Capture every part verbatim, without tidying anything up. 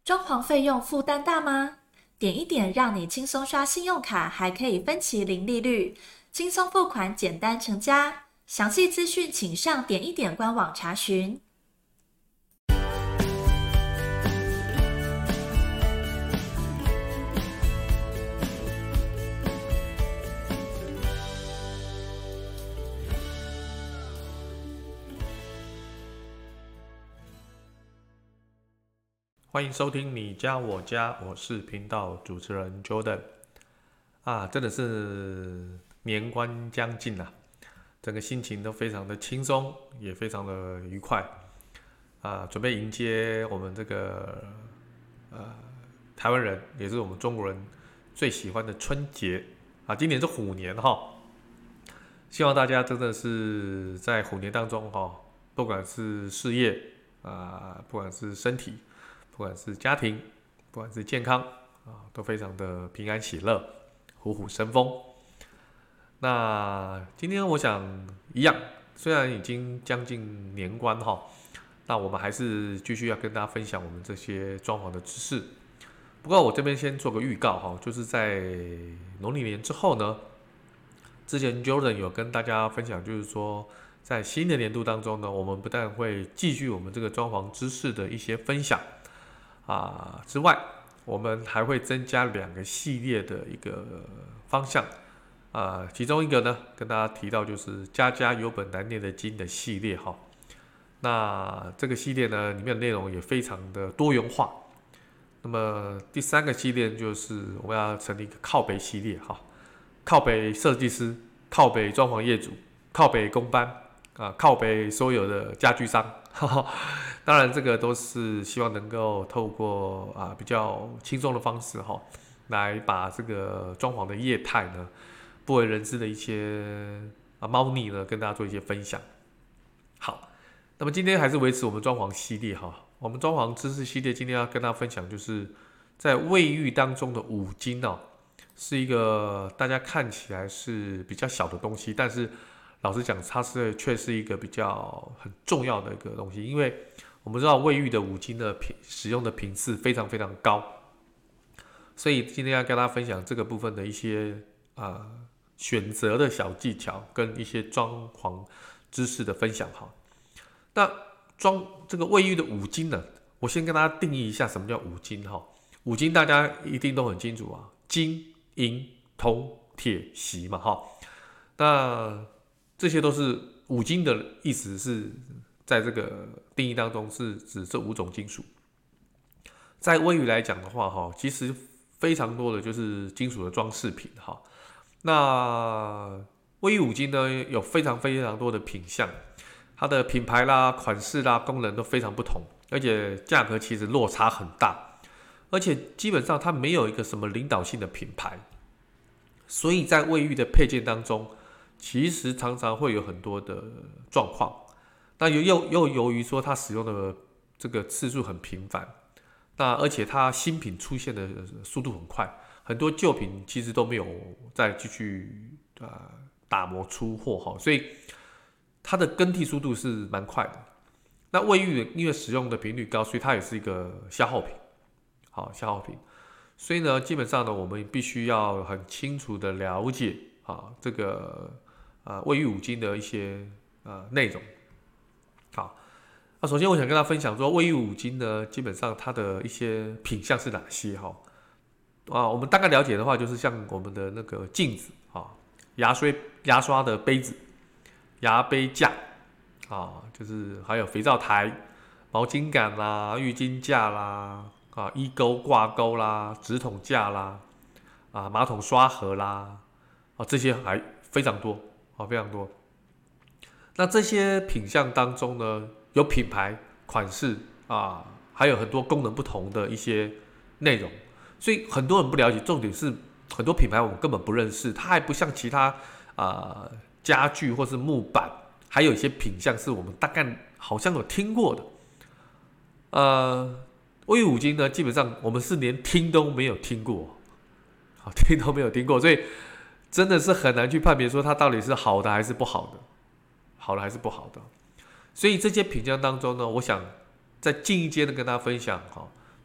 装潢费用负担大吗？点一点让你轻松刷信用卡，还可以分期零利率，轻松付款，简单成家。详细资讯请上点一点官网查询。 欢迎收听你家我家，我是频道主持人 Jordan 啊，真的是年关将近啊，整个心情都非常的轻松，也非常的愉快啊，准备迎接我们这个呃台湾人，也是我们中国人最喜欢的春节啊。今年是虎年哈，希望大家真的是在虎年当中哈，不管是事业啊，不管是身体。不管是家庭，不管是健康啊，都非常的平安喜乐，虎虎生风。那今天我想一样，虽然已经将近年关哈，那我们还是继续要跟大家分享我们这些装潢的知识。不过我这边先做个预告哈，就是在农历年之后呢，之前 Jordan 有跟大家分享，就是说在新的年度当中呢，我们不但会继续我们这个装潢知识的一些分享。啊，之外，我们还会增加两个系列的一个方向啊，其中一个呢，跟大家提到就是家家有本难念的经的系列哈。那这个系列呢，里面的内容也非常的多元化。那么第三个系列就是我们要成立一个靠北系列哈，靠北设计师，靠北装潢业主，靠北工班啊，靠北所有的家具商。呵呵，当然，这个都是希望能够透过啊比较轻松的方式哈，来把这个装潢的业态呢，不为人知的一些啊猫腻呢，跟大家做一些分享。好，那么今天还是维持我们装潢系列哈，我们装潢知识系列今天要跟大家分享，就是在卫浴当中的五金哦，是一个大家看起来是比较小的东西，但是老实讲，它是却是一个比较很重要的一个东西，因为我们知道卫浴的五金的品使用的频次非常非常高，所以今天要跟大家分享这个部分的一些呃选择的小技巧跟一些装潢知识的分享哈。那装这个卫浴的五金呢，我先跟大家定义一下什么叫五金哈。五金大家一定都很清楚啊，金、银、铜、铁、锡嘛哈。那这些都是五金的意思，是在这个定义当中是指这五种金属。在卫浴来讲的话，哈，其实非常多的就是金属的装饰品，哈。那卫浴五金呢，有非常非常多的品项，它的品牌啦、款式啦、功能都非常不同，而且价格其实落差很大，而且基本上它没有一个什么领导性的品牌，所以在卫浴的配件当中，其实常常会有很多的状况，那又又又由于说它使用的这个次数很频繁，那而且它新品出现的速度很快，很多旧品其实都没有再继续呃打磨出货哈，所以它的更替速度是蛮快的。那卫浴因为使用的频率高，所以它也是一个消耗品，好消耗品，所以呢，基本上呢，我们必须要很清楚的了解啊这个。啊，卫浴五金的一些呃内容，好，那首先我想跟大家分享说，卫浴五金呢，基本上它的一些品项是哪些哈？啊，我们大概了解的话，就是像我们的那个镜子啊，牙刷牙刷的杯子，牙杯架啊，就是还有肥皂台、毛巾杆啦、浴巾架啦、啊衣钩挂钩啦、纸筒架啦、啊马桶刷盒啦，啊这些还非常多。哦，非常多。那这些品项当中呢，有品牌、款式啊，还有很多功能不同的一些内容，所以很多人不了解。重点是很多品牌我们根本不认识，它还不像其他啊、呃、家具或是木板，还有一些品项是我们大概好像有听过的。呃，卫浴五金呢，基本上我们是连听都没有听过，好，听都没有听过，所以。真的是很难去判别说它到底是好的还是不好的，好的还是不好的。所以这些品项当中呢，我想再进一阶的跟大家分享哈，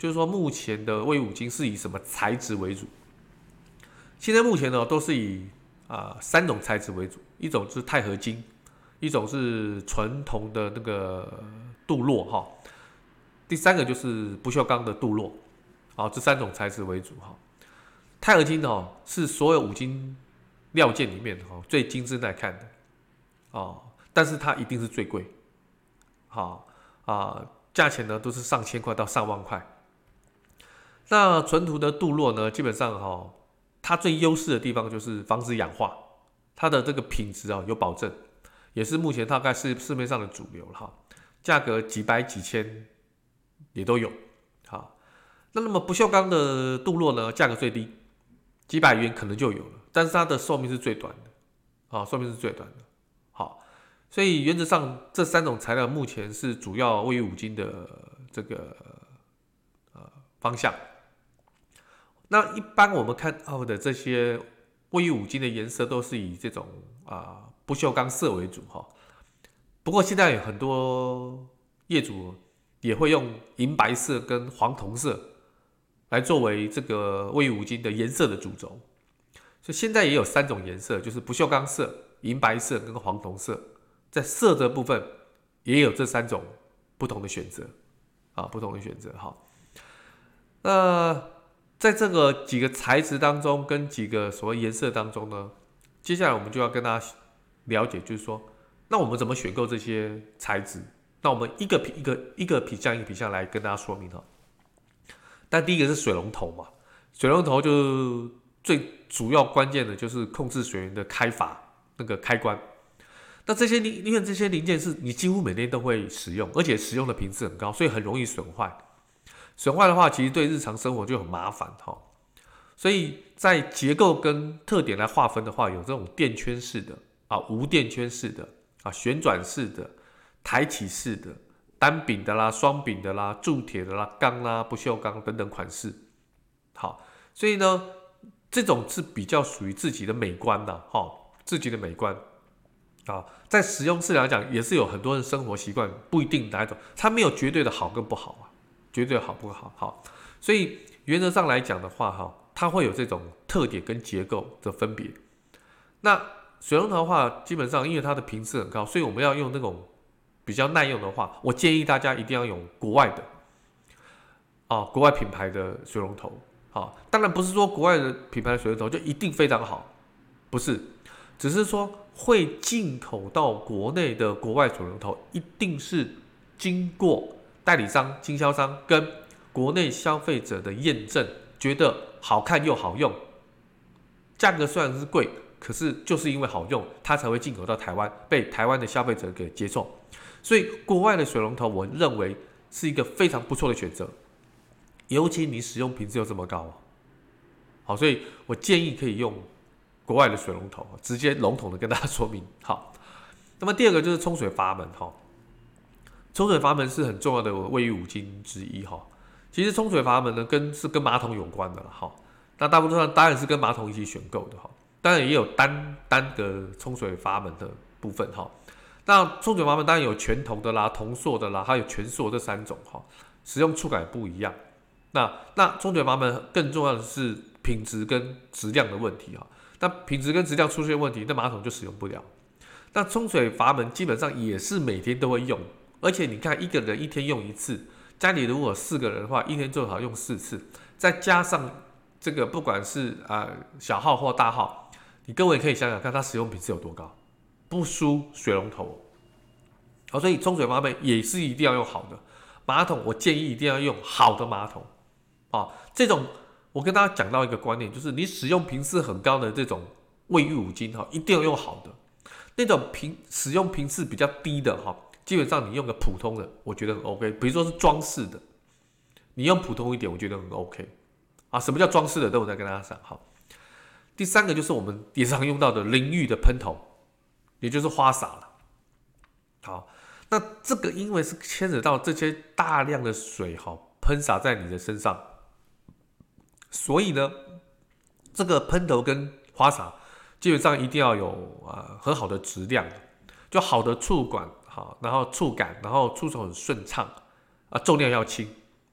就是说目前的卫五金是以什么材质为主？现在目前呢都是以啊、呃、三种材质为主，一种是钛合金，一种是纯铜的那个镀铬哈，第三个就是不锈钢的镀铬，啊，这三种材质为主哈。钛合金哦是所有五金料件里面哦最精致耐看的哦，但是它一定是最贵，好啊，价钱呢都是上千块到上万块。那纯铜的镀铬呢，基本上哈、哦，它最优势的地方就是防止氧化，它的这个品质啊有保证，也是目前大概是市面上的主流哈，价格几百几千也都有。好，那那么不锈钢的镀铬呢，价格最低，几百元可能就有了，但是它的寿命是最短的，好，寿命是最短的。好，所以原则上这三种材料目前是主要卫浴五金的这个呃方向。那一般我们看到的这些卫浴五金的颜色都是以这种啊、呃、不锈钢色为主哈。不过现在有很多业主也会用银白色跟黄铜色来作为这个卫浴五金的颜色的主轴，所以现在也有三种颜色，就是不锈钢色、银白色跟黄铜色，在色的部分也有这三种不同的选择啊，不同的选择哈。那在这个几个材质当中，跟几个所谓颜色当中呢，接下来我们就要跟大家了解，就是说，那我们怎么选购这些材质？那我们一个品一个一个品项一个品项来跟大家说明哈。但第一个是水龙头嘛，水龙头就最主要关键的就是控制水源的开阀那个开关。那这些因为这些零件是你几乎每天都会使用，而且使用的频次很高，所以很容易损坏。损坏的话，其实对日常生活就很麻烦哈。所以在结构跟特点来划分的话，有这种垫圈式的啊、无垫圈式的啊、旋转式的、抬起式的、单柄的啦、双柄的啦、铸铁的啦、钢啦、不锈钢等等款式。好，所以呢，这种是比较属于自己的美观的哈，自己的美观啊，在使用上来讲，也是有很多人生活习惯不一定哪一种，它没有绝对的好跟不好啊。绝对好不好？好，所以原则上来讲的话，哈，它会有这种特点跟结构的分别。那水龙头的话，基本上因为它的频次很高，所以我们要用那种比较耐用的话，我建议大家一定要用国外的啊，国外品牌的水龙头。好，当然不是说国外的品牌的水龙头就一定非常好，不是，只是说会进口到国内的国外水龙头，一定是经过代理商、经销商跟国内消费者的验证，觉得好看又好用，价格虽然是贵，可是就是因为好用，它才会进口到台湾，被台湾的消费者给接受。所以国外的水龙头，我认为是一个非常不错的选择，尤其你使用频次又这么高，好，所以我建议可以用国外的水龙头，直接笼统的跟大家说明。好，那么第二个就是冲水阀门哈。冲水阀门是很重要的卫浴五金之一哈。其实冲水阀门呢，跟是跟马桶有关的哈。那大部分上当然是跟马桶一起选购的哈。当然也有单单个冲水阀门的部分哈。那冲水阀门当然有全铜的啦、铜塑的啦，还有全塑这三种哈。使用触感不一样。那那冲水阀门更重要的是品质跟质量的问题哈。那品质跟质量出现问题，那马桶就使用不了。那冲水阀门基本上也是每天都会用。而且你看，一个人一天用一次，家里如果有四个人的话，一天最好用四次，再加上这个不管是啊、呃、小号或大号，你各位可以想想看，它使用频次有多高，不输水龙头。好，所以冲水阀门也是一定要用好的马桶，我建议一定要用好的马桶。啊，这种我跟大家讲到一个观念，就是你使用频次很高的这种卫浴五金哈，一定要用好的。那种频使用频次比较低的哈。基本上你用个普通的，我觉得很 OK。比如说是装饰的，你用普通一点，我觉得很 OK。啊，什么叫装饰的？等我再跟大家讲。好，第三个就是我们也常用到的淋浴的喷头，也就是花洒了。好，那这个因为是牵扯到这些大量的水哈喷洒在你的身上，所以呢，这个喷头跟花洒基本上一定要有啊、呃、很好的质量，就好的触管。好，然后触感，然后出手很顺畅，啊，重量要轻，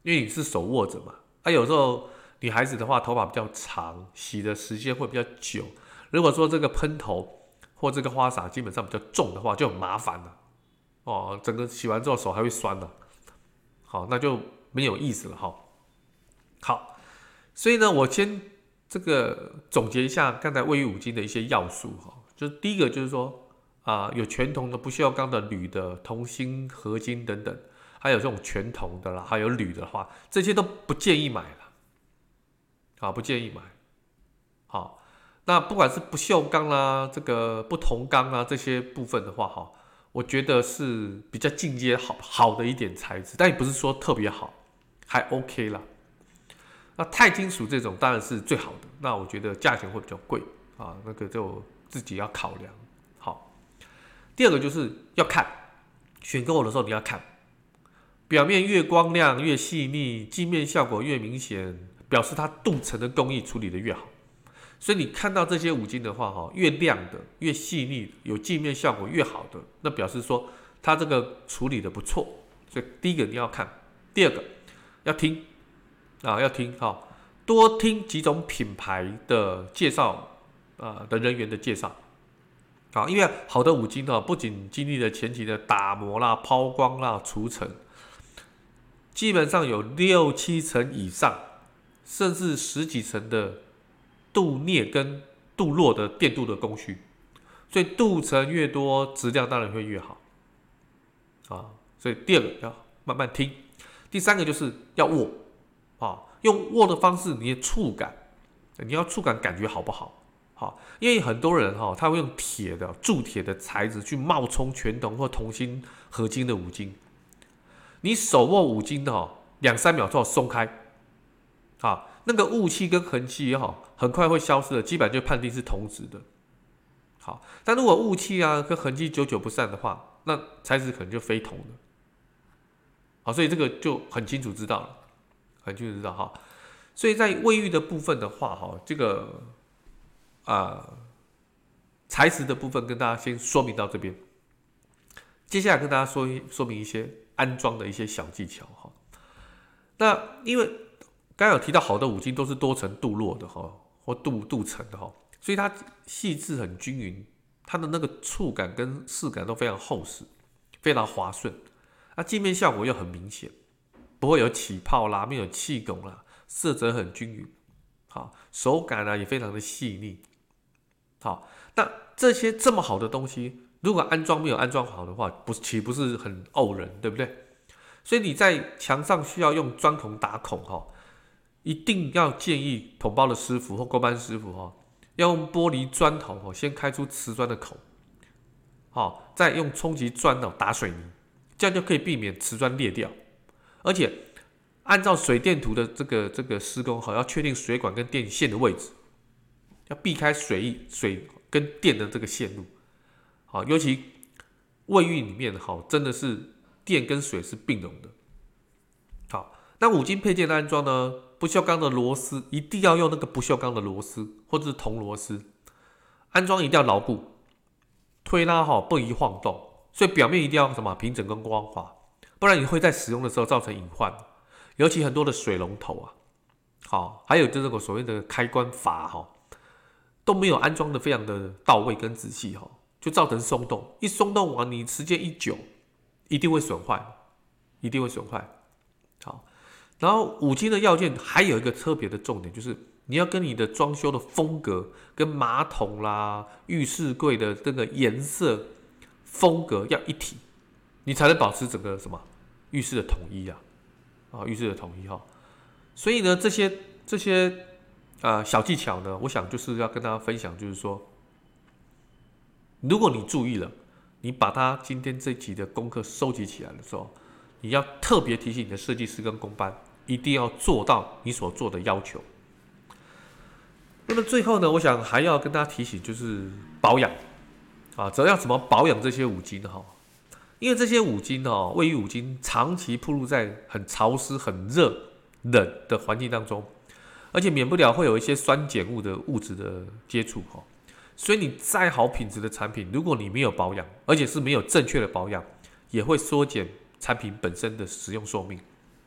因为你是手握着嘛。啊，有时候女孩子的话，头发比较长，洗的时间会比较久。如果说这个喷头或这个花洒基本上比较重的话，就很麻烦了。哦，整个洗完之后手还会酸的，好，那就没有意思了哈。好，所以呢，我先这个总结一下刚才卫浴五金的一些要素哈，就是第一个就是说啊、呃，有全铜的、不锈钢的、铝的、铜锌、合金等等，还有这种全铜的啦，还有铝的话，这些都不建议买了，啊，不建议买。好，那不管是不锈钢啦、这个不铜钢啦这些部分的话，哈。我觉得是比较进阶好好的一点材质，但也不是说特别好，还 OK 啦。那钛金属这种当然是最好的，那我觉得价钱会比较贵啊，那个就自己要考量。好，第二个就是要看，选购的时候你要看，表面越光亮越细腻，镜面效果越明显，表示它镀层的工艺处理的越好。所以你看到这些五金的话，哈，越亮的、越细腻、有镜面效果越好的，那表示说它这个处理的不错。所以第一个你要看，第二个要听啊，要听哈，多听几种品牌的介绍啊的人员的介绍啊，因为好的五金呢，不仅经历了前期的打磨啦、抛光啦、除尘，基本上有六七成以上，甚至十几层的镀镍跟镀铬的电镀的工序，所以镀层越多，质量当然会越好啊。所以第二个要慢慢听，第三个就是要握啊，用握的方式，你的触感，你要触感感觉好不好？好，因为很多人哈，他会用铁的铸铁的材质去冒充全铜或铜锌合金的五金，你手握五金的两三秒之后松开，啊。那个雾气跟痕迹哈，很快会消失的，基本上就判定是铜质的。好，但如果雾气啊跟痕迹久久不散的话，那材质可能就非铜的。好，所以这个就很清楚知道了，很清楚知道哈。所以在卫浴的部分的话，哈，这个啊、呃、材质的部分跟大家先说明到这边。接下来跟大家说说明一些安装的一些小技巧哈。那因为刚刚有提到，好的五金都是多层镀铬的哈，或镀镀层的哈，所以它细致很均匀，它的那个触感跟视感都非常厚实，非常滑顺。那镜面效果又很明显，不会有起泡啦，没有气拱啦，色泽很均匀，好，手感啊也非常的细腻。好，那这些这么好的东西，如果安装没有安装好的话，不岂不是很怄人，对不对？所以你在墙上需要用钻孔打孔哈。一定要建议统包的师傅或工班师傅哈，要用玻璃砖头哈，先开出瓷砖的口，好，再用冲击砖头打水泥，这样就可以避免瓷砖裂掉。而且按照水电图的这个这个施工哈，要确定水管跟电线的位置，要避开水水跟电的这个线路。好，尤其卫浴里面哈，真的是电跟水是并容的。好，那五金配件的安装呢？不锈钢的螺丝一定要用那个不锈钢的螺丝，或者是铜螺丝，安装一定要牢固，推拉好不宜晃动，所以表面一定要什么平整跟光滑，不然你会在使用的时候造成隐患。尤其很多的水龙头啊，好，还有就是个所谓的开关阀哈，都没有安装的非常的到位跟仔细哈，就造成松动，一松动完，你时间一久，一定会损坏，一定会损坏。好。然后五金的要件还有一个特别的重点，就是你要跟你的装修的风格、跟马桶啦、浴室柜的这个颜色风格要一体，你才能保持整个什么浴室的统一啊，啊，浴室的统一哈。所以呢，这些这些啊、呃、小技巧呢，我想就是要跟大家分享，就是说，如果你注意了，你把它今天这集的功课收集起来的时候，你要特别提醒你的设计师跟工班，一定要做到你所做的要求。那么最后呢，我想还要跟大家提醒，就是保养啊，则要怎么保养这些五金哈？因为这些五金哦，卫浴五金长期暴露在很潮湿、很热、冷的环境当中，而且免不了会有一些酸碱物的物质的接触哈。所以你再好品质的产品，如果你没有保养，而且是没有正确的保养，也会缩减产品本身的使用寿命。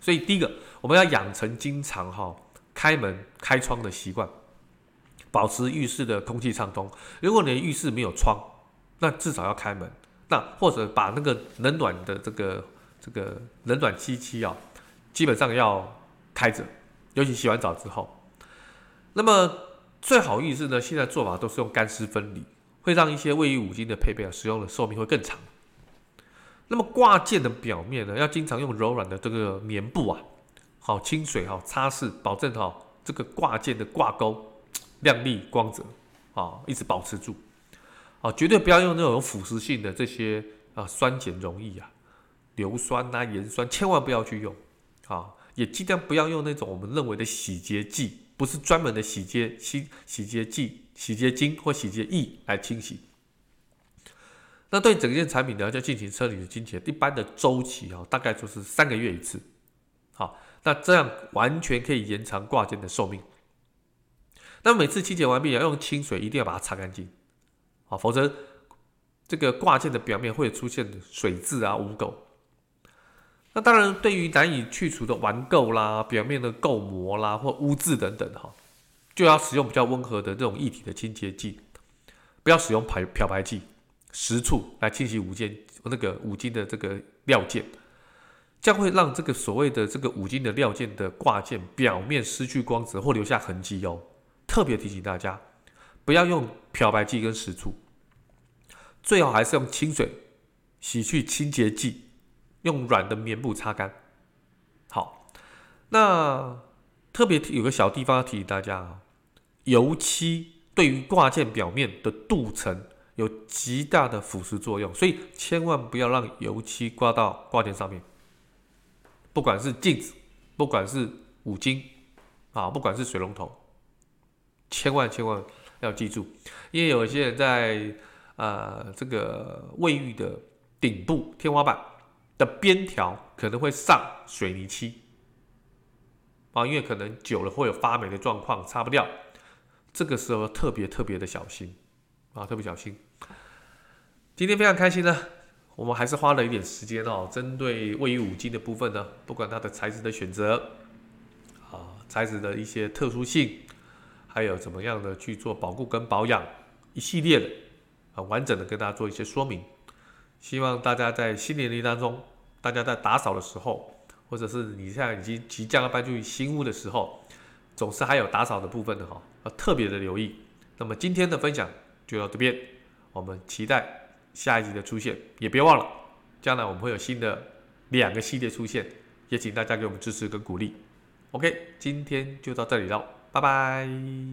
所以第一个，我们要养成经常哈、哦、开门开窗的习惯，保持浴室的空气畅通。如果你的浴室没有窗，那至少要开门，那或者把那个冷暖的这个这个冷暖机器啊，基本上要开着，尤其洗完澡之后。那么最好浴室呢，现在做法都是用干湿分离，会让一些卫浴五金的配备啊，使用的寿命会更长。那么挂件的表面呢，要经常用柔软的这个棉布啊，好清水好擦拭，保证好这个挂件的挂钩亮丽光泽啊，一直保持住啊，绝对不要用那种有腐蚀性的这些啊酸碱溶液啊、硫酸啊、盐酸，千万不要去用啊，也尽量不要用那种我们认为的洗洁剂，不是专门的洗洁洗洗洁剂、洗洁精或洗洁液来清洗。那对整件产品呢，要进行车里的清洁，一般的周期啊，大概就是三个月一次。好，那这样完全可以延长挂件的寿命。那每次清洁完毕，要用清水一定要把它擦干净，好，否则这个挂件的表面会出现水渍啊、污垢。那当然，对于难以去除的顽垢啦、表面的垢膜啦或污渍等等哈，就要使用比较温和的这种液体的清洁剂，不要使用漂白剂。食醋来清洗五件那个五金的这个料件，这样会让这个所谓的这个五金的料件的挂件表面失去光泽或留下痕迹哦。特别提醒大家，不要用漂白剂跟食醋，最好还是用清水洗去清洁剂，用软的棉布擦干。好，那特别有个小地方要提醒大家啊，油漆对于挂件表面的镀层有极大的腐蚀作用，所以千万不要让油漆刮到挂件上面，不管是镜子，不管是五金啊，不管是水龙头，千万千万要记住，因为有一些人在呃这个卫浴的顶部天花板的边条可能会上水泥漆啊，因为可能久了会有发霉的状况，擦不掉，这个时候特别特别的小心。啊，特别小心。今天非常开心呢，我们还是花了一点时间哦，针对卫浴五金的部分呢，不管它的材质的选择，啊，材质的一些特殊性，还有怎么样的去做保固跟保养，一系列的啊，完整的跟大家做一些说明。希望大家在新年历当中，大家在打扫的时候，或者是你现在已经即将要搬去新屋的时候，总是还有打扫的部分的哈，要特别的留意。那么今天的分享就到这边，我们期待下一集的出现，也别忘了，将来我们会有新的两个系列出现，也请大家给我们支持跟鼓励。OK， 今天就到这里了，拜拜。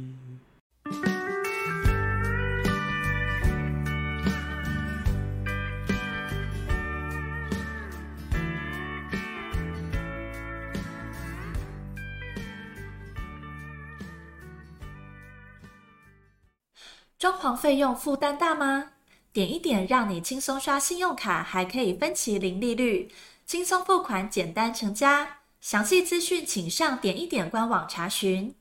装潢费用负担大吗？点一点让你轻松刷信用卡，还可以分期零利率，轻松付款，简单成家。详细资讯请上点一点官网查询。